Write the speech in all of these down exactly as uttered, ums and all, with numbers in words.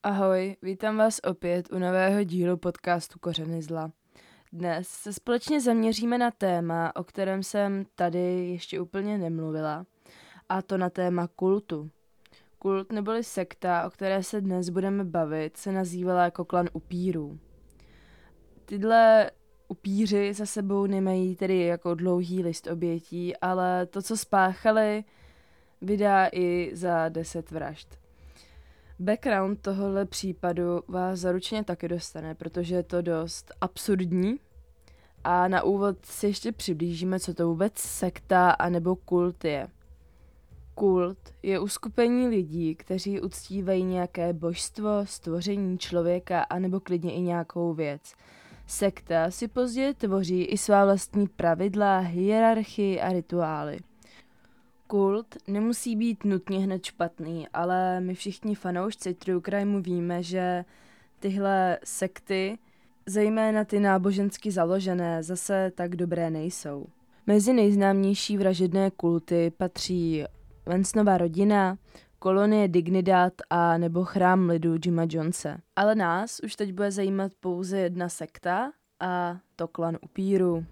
Ahoj, vítám vás opět u nového dílu podcastu Kořeny zla. Dnes se společně zaměříme na téma, o kterém jsem tady ještě úplně nemluvila, a to na téma kultu. Kult neboli sekta, o které se dnes budeme bavit, se nazývala jako klan upírů. Tyhle upíři za sebou nemají tedy jako dlouhý list obětí, ale to, co spáchali, vydá i za deset vražd. Background tohohle případu vás zaručeně taky dostane, protože je to dost absurdní. A na úvod si ještě přiblížíme, co to vůbec sekta anebo kult je. Kult je uskupení lidí, kteří uctívají nějaké božstvo, stvoření člověka anebo klidně i nějakou věc. Sekta si později tvoří i svá vlastní pravidla, hierarchii a rituály. Kult nemusí být nutně hned špatný, ale my všichni fanoušci True Crimeu víme, že tyhle sekty, zejména ty nábožensky založené, zase tak dobré nejsou. Mezi nejznámější vražedné kulty patří Mansonova rodina, kolonie Dignidad a nebo chrám lidu Jima Jonese. Ale nás už teď bude zajímat pouze jedna sekta a to klan upírů.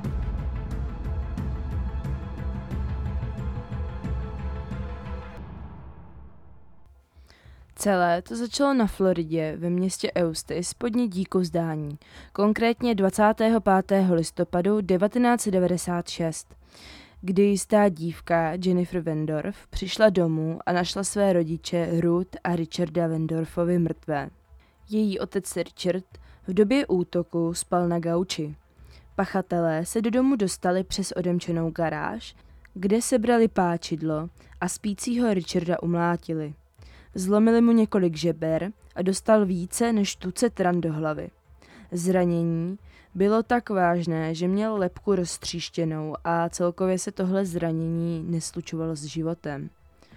Celé to začalo na Floridě ve městě Eustis podně díku zdání, konkrétně dvacátého pátého listopadu devatenáct set devadesát šest, kdy jistá dívka Jennifer Wendorf přišla domů a našla své rodiče Ruth a Richarda Wendorfovi mrtvé. Její otec Richard v době útoku spal na gauči. Pachatelé se do domu dostali přes odemčenou garáž, kde sebrali páčidlo a spícího Richarda umlátili. Zlomili mu několik žeber a dostal více než tucet ran do hlavy. Zranění bylo tak vážné, že měl lebku roztříštěnou a celkově se tohle zranění neslučovalo s životem.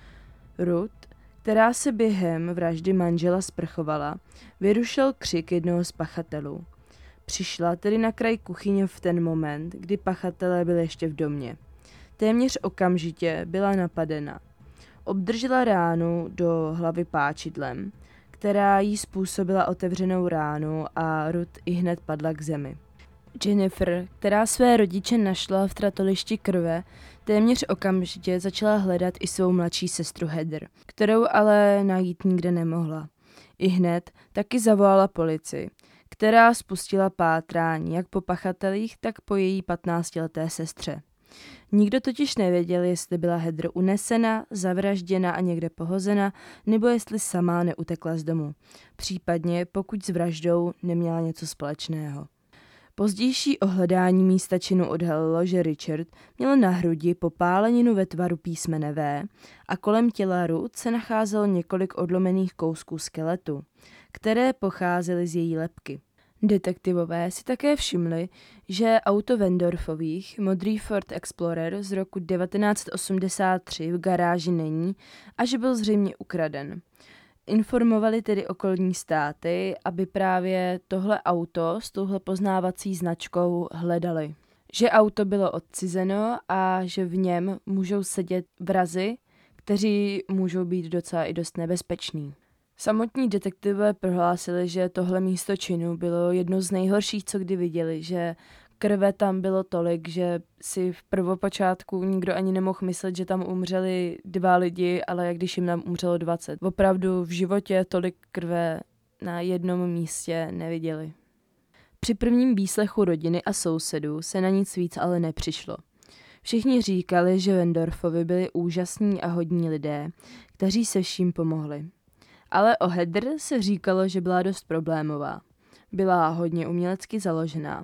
Ruth, která se během vraždy manžela sprchovala, vyrušil křik jednoho z pachatelů. Přišla tedy na kraj kuchyně v ten moment, kdy pachatelé byli ještě v domě. Téměř okamžitě byla napadena. Obdržela ránu do hlavy páčidlem, která jí způsobila otevřenou ránu a Ruth ihned padla k zemi. Jennifer, která své rodiče našla v tratolišti krve, téměř okamžitě začala hledat i svou mladší sestru Heather, kterou ale najít nikde nemohla. Ihned taky zavolala policii, která spustila pátrání jak po pachatelích, tak po její patnáctileté sestře. Nikdo totiž nevěděl, jestli byla Heather unesena, zavražděna a někde pohozena, nebo jestli sama neutekla z domu, případně pokud s vraždou neměla něco společného. Pozdější ohledání místa činu odhalilo, že Richard měl na hrudi popáleninu ve tvaru písmene V a kolem těla Ruth se nacházelo několik odlomených kousků skeletu, které pocházely z její lebky. Detektivové si také všimli, že auto Wendorfových, modrý Ford Explorer z roku devatenáct set osmdesát tři v garáži není a že byl zřejmě ukraden. Informovali tedy okolní státy, aby právě tohle auto s touhle poznávací značkou hledali. Že auto bylo odcizeno a že v něm můžou sedět vrazi, kteří můžou být docela i dost nebezpeční. Samotní detektivové prohlásili, že tohle místo činu bylo jedno z nejhorších, co kdy viděli, že krve tam bylo tolik, že si v prvopočátku nikdo ani nemohl myslet, že tam umřeli dva lidi, ale jak když jim tam umřelo dvacet. Opravdu v životě tolik krve na jednom místě neviděli. Při prvním výslechu rodiny a sousedů se na nic víc ale nepřišlo. Všichni říkali, že Wendorfovi byli úžasní a hodní lidé, kteří se vším pomohli. Ale o Heather se říkalo, že byla dost problémová. Byla hodně umělecky založená.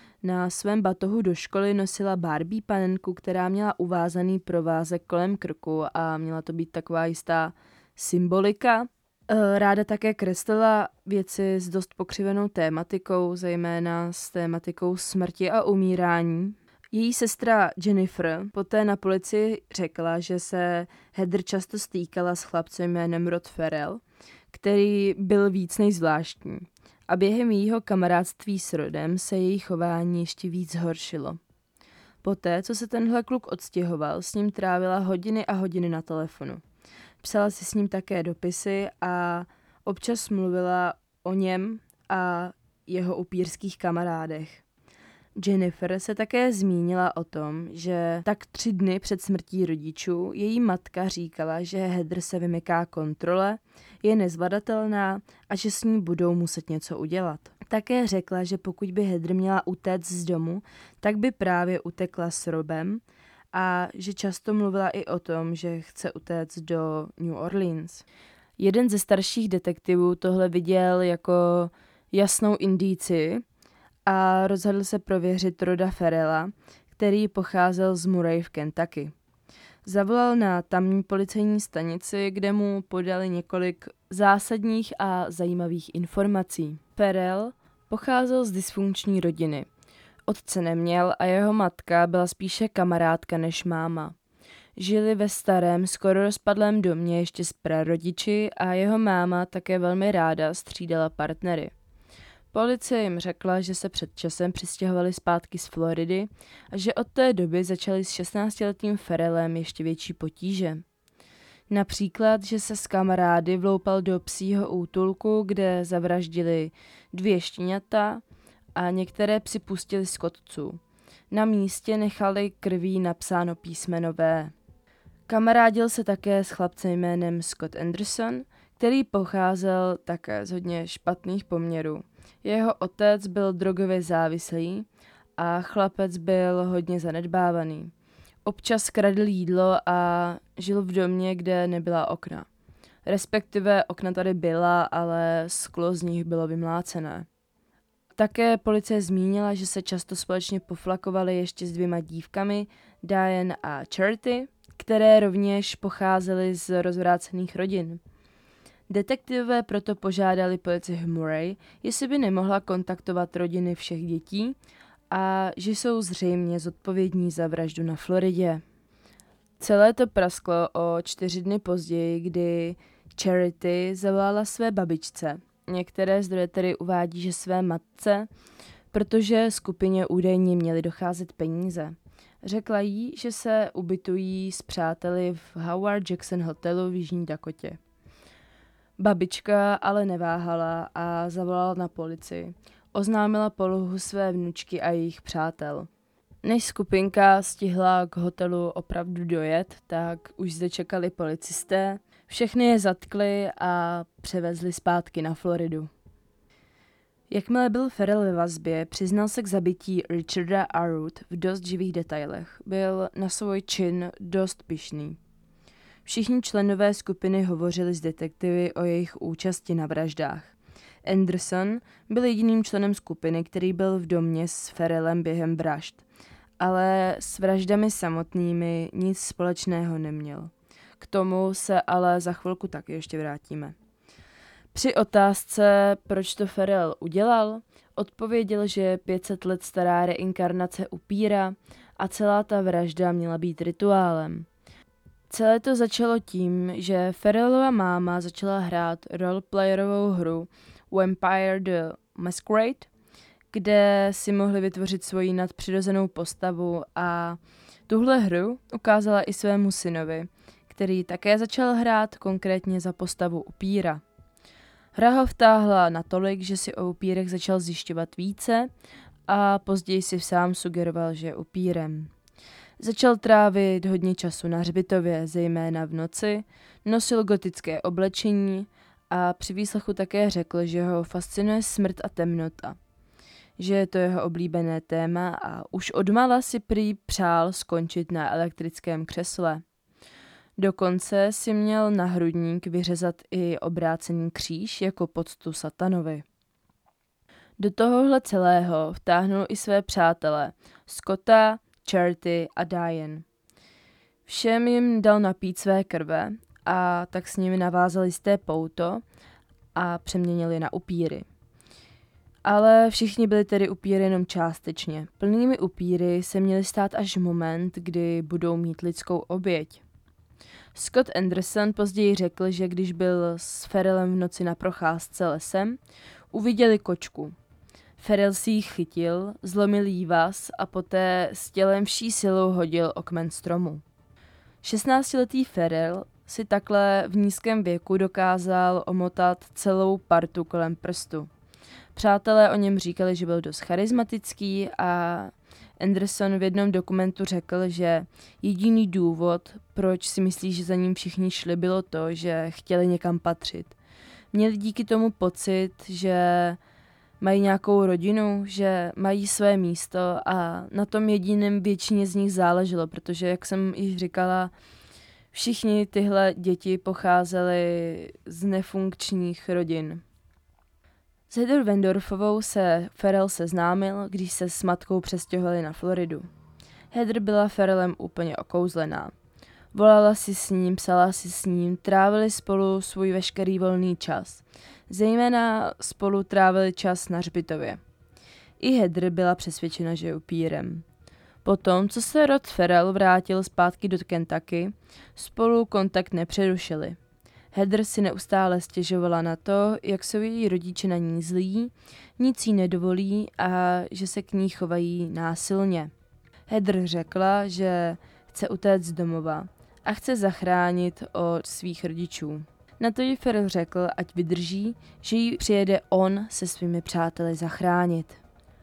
Na svém batohu do školy nosila Barbie panenku, která měla uvázaný provázek kolem krku a měla to být taková jistá symbolika. Ráda také kreslila věci s dost pokřivenou tématikou, zejména s tématikou smrti a umírání. Její sestra Jennifer poté na policii řekla, že se Heather často stýkala s chlapcem jménem Rod Ferrell, který byl víc než zvláštní. A během jejího kamarádství s Rodem se její chování ještě víc zhoršilo. Poté, co se tenhle kluk odstěhoval, s ním trávila hodiny a hodiny na telefonu. Psala si s ním také dopisy a Občas mluvila o něm a jeho upírských kamarádech. Jennifer se také zmínila o tom, že tak tři dny před smrtí rodičů její matka říkala, že Heather se vymyká kontrole, je nezvladatelná a že s ní budou muset něco udělat. Také řekla, že pokud by Heather měla utéct z domu, tak by právě utekla s Robem a že často mluvila i o tom, že chce utéct do New Orleans. Jeden ze starších detektivů tohle viděl jako jasnou indici a rozhodl se prověřit Roda Ferrella, který pocházel z Murray v Kentucky. Zavolal na tamní policejní stanici, kde mu podali několik zásadních a zajímavých informací. Ferrell pocházel z dysfunkční rodiny. Otce neměl a jeho matka byla spíše kamarádka než máma. Žili ve starém, skoro rozpadlém domě ještě s prarodiči a jeho máma také velmi ráda střídala partnery. Policie jim řekla, že se před časem přistěhovali zpátky z Floridy a že od té doby začali s šestnáctiletým Ferrellem ještě větší potíže. Například, že se s kamarády vloupal do psího útulku, kde zavraždili dvě štěňata a některé psy pustili z kotců. Na místě nechali krví napsáno písmeno V. Kamarádil se také s chlapcem jménem Scott Anderson, který pocházel také z hodně špatných poměrů. Jeho otec byl drogově závislý a chlapec byl hodně zanedbávaný. Občas kradl jídlo a žil v domě, kde nebyla okna. Respektive okna tady byla, ale sklo z nich bylo vymlácené. Také policie zmínila, že se často společně poflakovali ještě s dvěma dívkami, Diane a Charity, které rovněž pocházely z rozvrácených rodin. Detektivové proto požádali policii v Murray, jestli by nemohla kontaktovat rodiny všech dětí a že jsou zřejmě zodpovědní za vraždu na Floridě. Celé to prasklo o čtyři dny později, kdy Charity zavolala své babičce. Některé zdroje tedy uvádí, že své matce, protože skupině údajně měly docházet peníze. Řekla jí, že se ubytují s přáteli v Howard Jackson hotelu v Jižní Dakotě. Babička ale neváhala a zavolala na policii. Oznámila polohu své vnučky a jejich přátel. Než skupinka stihla k hotelu opravdu dojet, tak už zde čekali policisté. Všechny je zatkli a převezli zpátky na Floridu. Jakmile byl Ferrell ve vazbě, přiznal se k zabití Richarda Arroud v dost živých detailech. Byl na svůj čin dost pyšný. Všichni členové skupiny hovořili s detektivy o jejich účasti na vraždách. Anderson byl jediným členem skupiny, který byl v domě s Ferrellem během vražd, ale s vraždami samotnými nic společného neměl. K tomu se ale za chvilku taky ještě vrátíme. Při otázce, proč to Ferrell udělal, odpověděl, že pět set let stará reinkarnace upíra a celá ta vražda měla být rituálem. Celé to začalo tím, že Ferrellova máma začala hrát roleplayerovou hru Vampire the Masquerade, kde si mohli vytvořit svoji nadpřirozenou postavu a tuhle hru ukázala i svému synovi, který také začal hrát konkrétně za postavu upíra. Hra ho vtáhla natolik, že si o upírech začal zjišťovat více a později si sám sugeroval, že je upírem. Začal trávit hodně času na hřbitově, zejména v noci, nosil gotické oblečení a při výslechu také řekl, že ho fascinuje smrt a temnota. Že je to jeho oblíbené téma a už odmala si prý přál skončit na elektrickém křesle. Dokonce si měl na hrudník vyřezat i obrácený kříž jako poctu satanovi. Do tohohle celého vtáhnul i své přátele Scotta, Charity a Diane. Všem jim dal napít své krve a tak s nimi navázal jisté pouto a přeměnili na upíry. Ale všichni byli tedy upíry jenom částečně. Plnými upíry se měli stát až moment, kdy budou mít lidskou oběť. Scott Anderson později řekl, že když byl s Ferrellem v noci na procházce lesem, uviděli kočku. Ferrell si ji chytil, zlomil jí vaz a poté s tělem vší silou hodil o kmen stromu. šestnáctiletý Ferrell si takhle v nízkém věku dokázal omotat celou partu kolem prstu. Přátelé o něm říkali, že byl dost charismatický a Anderson v jednom dokumentu řekl, že jediný důvod, proč si myslí, že za ním všichni šli, bylo to, že chtěli někam patřit. Měli díky tomu pocit, že mají nějakou rodinu, že mají své místo a na tom jediném většině z nich záleželo, protože, jak jsem již říkala, všichni tyhle děti pocházely z nefunkčních rodin. S Heather Wendorfovou se Farrell seznámil, když se s matkou přestěhovali na Floridu. Heather byla Farrellem úplně okouzlená. Volala si s ním, psala si s ním, trávili spolu svůj veškerý volný čas. Zejména spolu trávili čas na hřbitově. I Heather byla přesvědčena, že je upírem. Potom, co se Rod Farrell vrátil zpátky do Kentucky, spolu kontakt nepřerušili. Heather si neustále stěžovala na to, jak jsou její rodiče na ní zlí, nic jí nedovolí a že se k ní chovají násilně. Heather řekla, že chce utéct z domova a chce zachránit od svých rodičů. Na to jí Farrell řekl, ať vydrží, že ji přijede on se svými přáteli zachránit.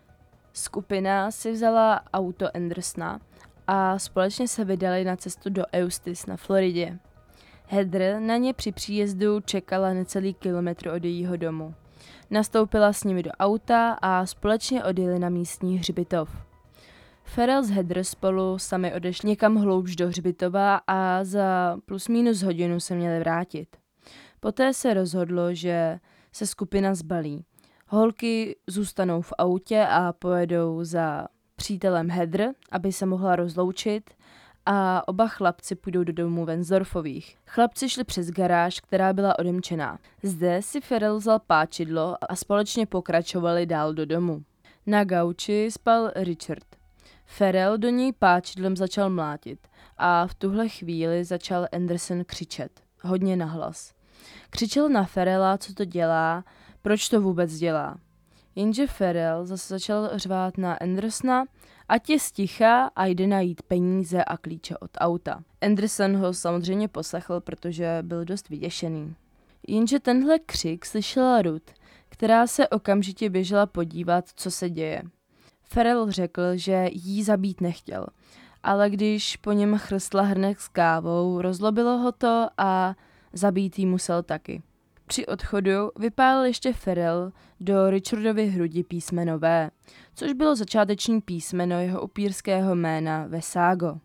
Skupina si vzala auto Andersona a společně se vydali na cestu do Eustis na Floridě. Heather na ně při příjezdu čekala necelý kilometr od jejího domu. Nastoupila s nimi do auta a společně odjeli na místní hřbitov. Farrell s Heather spolu sami odešli někam hloubš do hřbitova a za plus minus hodinu se měli vrátit. Poté se rozhodlo, že se skupina zbalí. Holky zůstanou v autě a pojedou za přítelem Heather, aby se mohla rozloučit, a oba chlapci půjdou do domu Wensdorfových. Chlapci šli přes garáž, která byla odemčená. Zde si Farrell vzal páčidlo a společně pokračovali dál do domu. Na gauči spal Richard. Farrell do něj páčidlem začal mlátit a v tuhle chvíli začal Anderson křičet. Hodně nahlas. Křičel na Farrella, co to dělá, proč to vůbec dělá. Jenže Farrell zase začal řvát na Andersona, ať je sticha a jde najít peníze a klíče od auta. Anderson ho samozřejmě poslechl, protože byl dost vyděšený. Jenže tenhle křik slyšela Ruth, která se okamžitě běžela podívat, co se děje. Farrell řekl, že jí zabít nechtěl, ale když po něm chrstla hrnek s kávou, rozlobilo ho to a zabít jí musel taky. Při odchodu vypálil ještě Farrell do Richardovy hrudi písmeno V, což bylo začáteční písmeno jeho upírského jména Vesago.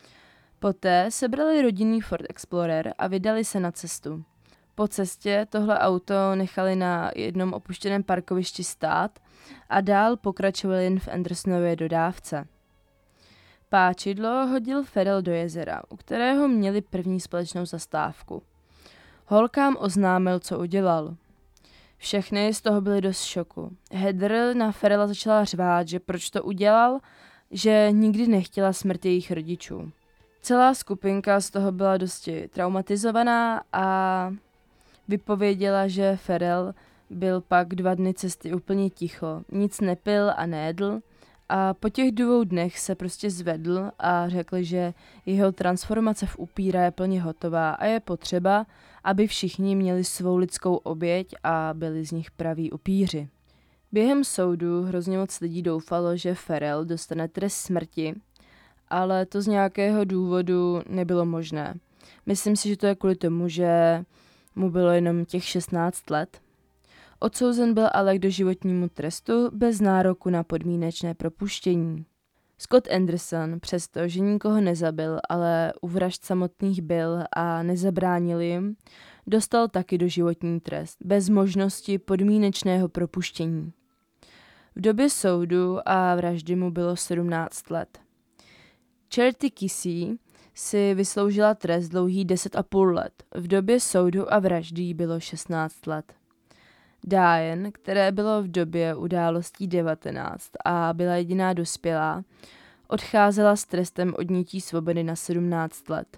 Poté sebrali rodinný Ford Explorer a vydali se na cestu. Po cestě tohle auto nechali na jednom opuštěném parkovišti stát a dál pokračovali jen v Andersonově dodávce. Páčidlo hodil Farrell do jezera, u kterého měli první společnou zastávku. Holkám oznámil, co udělal. Všechny z toho byly dost šoku. Heather na Farrella začala řvát, že proč to udělal, že nikdy nechtěla smrt jejich rodičů. Celá skupinka z toho byla dosti traumatizovaná a vypověděla, že Farrell byl pak dva dny cesty úplně ticho, nic nepil a nejedl a po těch dvou dnech se prostě zvedl a řekl, že jeho transformace v upíra je plně hotová a je potřeba, aby všichni měli svou lidskou oběť a byli z nich praví upíři. Během soudu hrozně moc lidí doufalo, že Farrell dostane trest smrti, ale to z nějakého důvodu nebylo možné. Myslím si, že to je kvůli tomu, že mu bylo jenom těch šestnáct let. Odsouzen byl ale k doživotnímu trestu bez nároku na podmínečné propuštění. Scott Anderson, přestože nikoho nezabil, ale u vražd samotných byl a nezabránil jim, dostal taky doživotní trest, bez možnosti podmínečného propuštění. V době soudu a vraždy mu bylo sedmnáct let. Charity Kissy si vysloužila trest dlouhý deset a půl let. V době soudu a vraždy jí bylo šestnáct let. Diane, které bylo v době událostí devatenáct a byla jediná dospělá, odcházela s trestem odnětí svobody na sedmnáct let.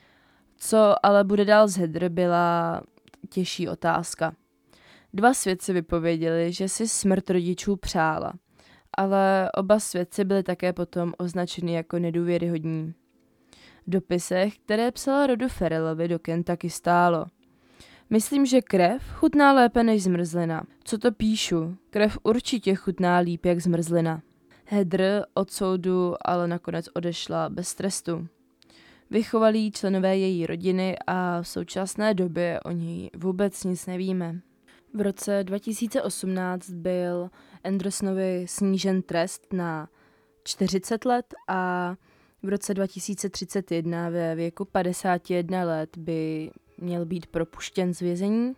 Co ale bude dál s Heather, byla těžší otázka. Dva svědci vypověděli, že si smrt rodičů přála, ale oba svědci byli také potom označeni jako nedůvěryhodní. V dopisech, které psala rodu Ferrellovi do Kentucky, stálo: Myslím, že krev chutná lépe než zmrzlina. Co to píšu? Krev určitě chutná líp jak zmrzlina. Heather od soudu ale nakonec odešla bez trestu. Vychovali členové její rodiny a v současné době o ní vůbec nic nevíme. V roce dva tisíce osmnáct byl Andersonovi snížen trest na čtyřicet let a v roce dva tisíce třicet jedna ve věku padesát jedna let by měl být propuštěn z vězení.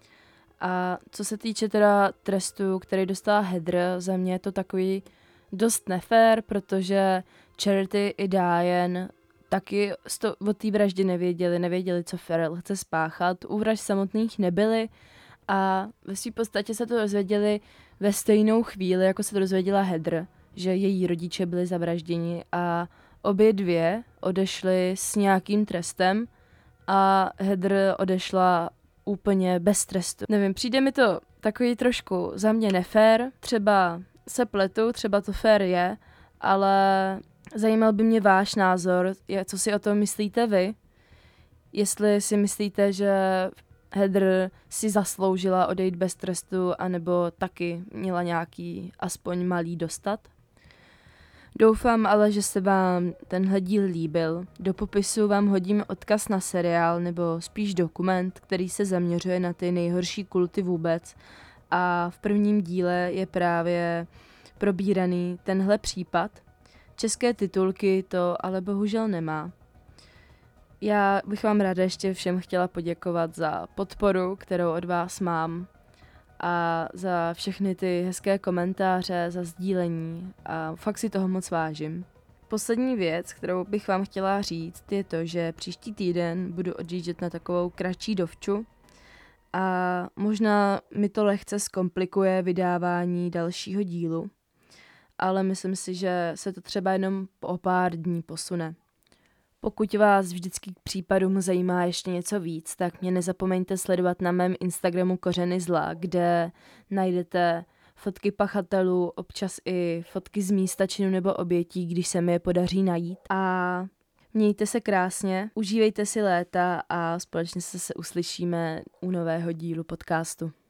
A co se týče teda trestu, který dostala Heather, za mě je to takový dost nefér, protože Charity i Diane taky o té vraždě nevěděli, nevěděli, co Ferrell chce spáchat. U vražd samotných nebyli a ve své podstatě se to dozvěděli ve stejnou chvíli, jako se to dozvěděla Heather, že její rodiče byli zavražděni a obě dvě odešly s nějakým trestem a Heather odešla úplně bez trestu. Nevím, přijde mi to takový trošku za mě nefér, třeba se pletu, třeba to fér je, ale zajímal by mě váš názor, co si o tom myslíte vy, jestli si myslíte, že Heather si zasloužila odejít bez trestu, anebo taky měla nějaký aspoň malý dostat. Doufám ale, že se vám tenhle díl líbil. Do popisu vám hodím odkaz na seriál nebo spíš dokument, který se zaměřuje na ty nejhorší kulty vůbec. A v prvním díle je právě probíraný tenhle případ. České titulky to ale bohužel nemá. Já bych vám ráda ještě všem chtěla poděkovat za podporu, kterou od vás mám, a za všechny ty hezké komentáře, za sdílení a fakt si toho moc vážím. Poslední věc, kterou bych vám chtěla říct, je to, že příští týden budu odjíždět na takovou kratší dovču a možná mi to lehce zkomplikuje vydávání dalšího dílu, ale myslím si, že se to třeba jenom o pár dní posune. Pokud vás vždycky k případům zajímá ještě něco víc, tak mě nezapomeňte sledovat na mém Instagramu Kořeny zla, kde najdete fotky pachatelů, občas i fotky z místa činu nebo obětí, když se mi je podaří najít. A mějte se krásně, užívejte si léta a společně se, se uslyšíme u nového dílu podcastu.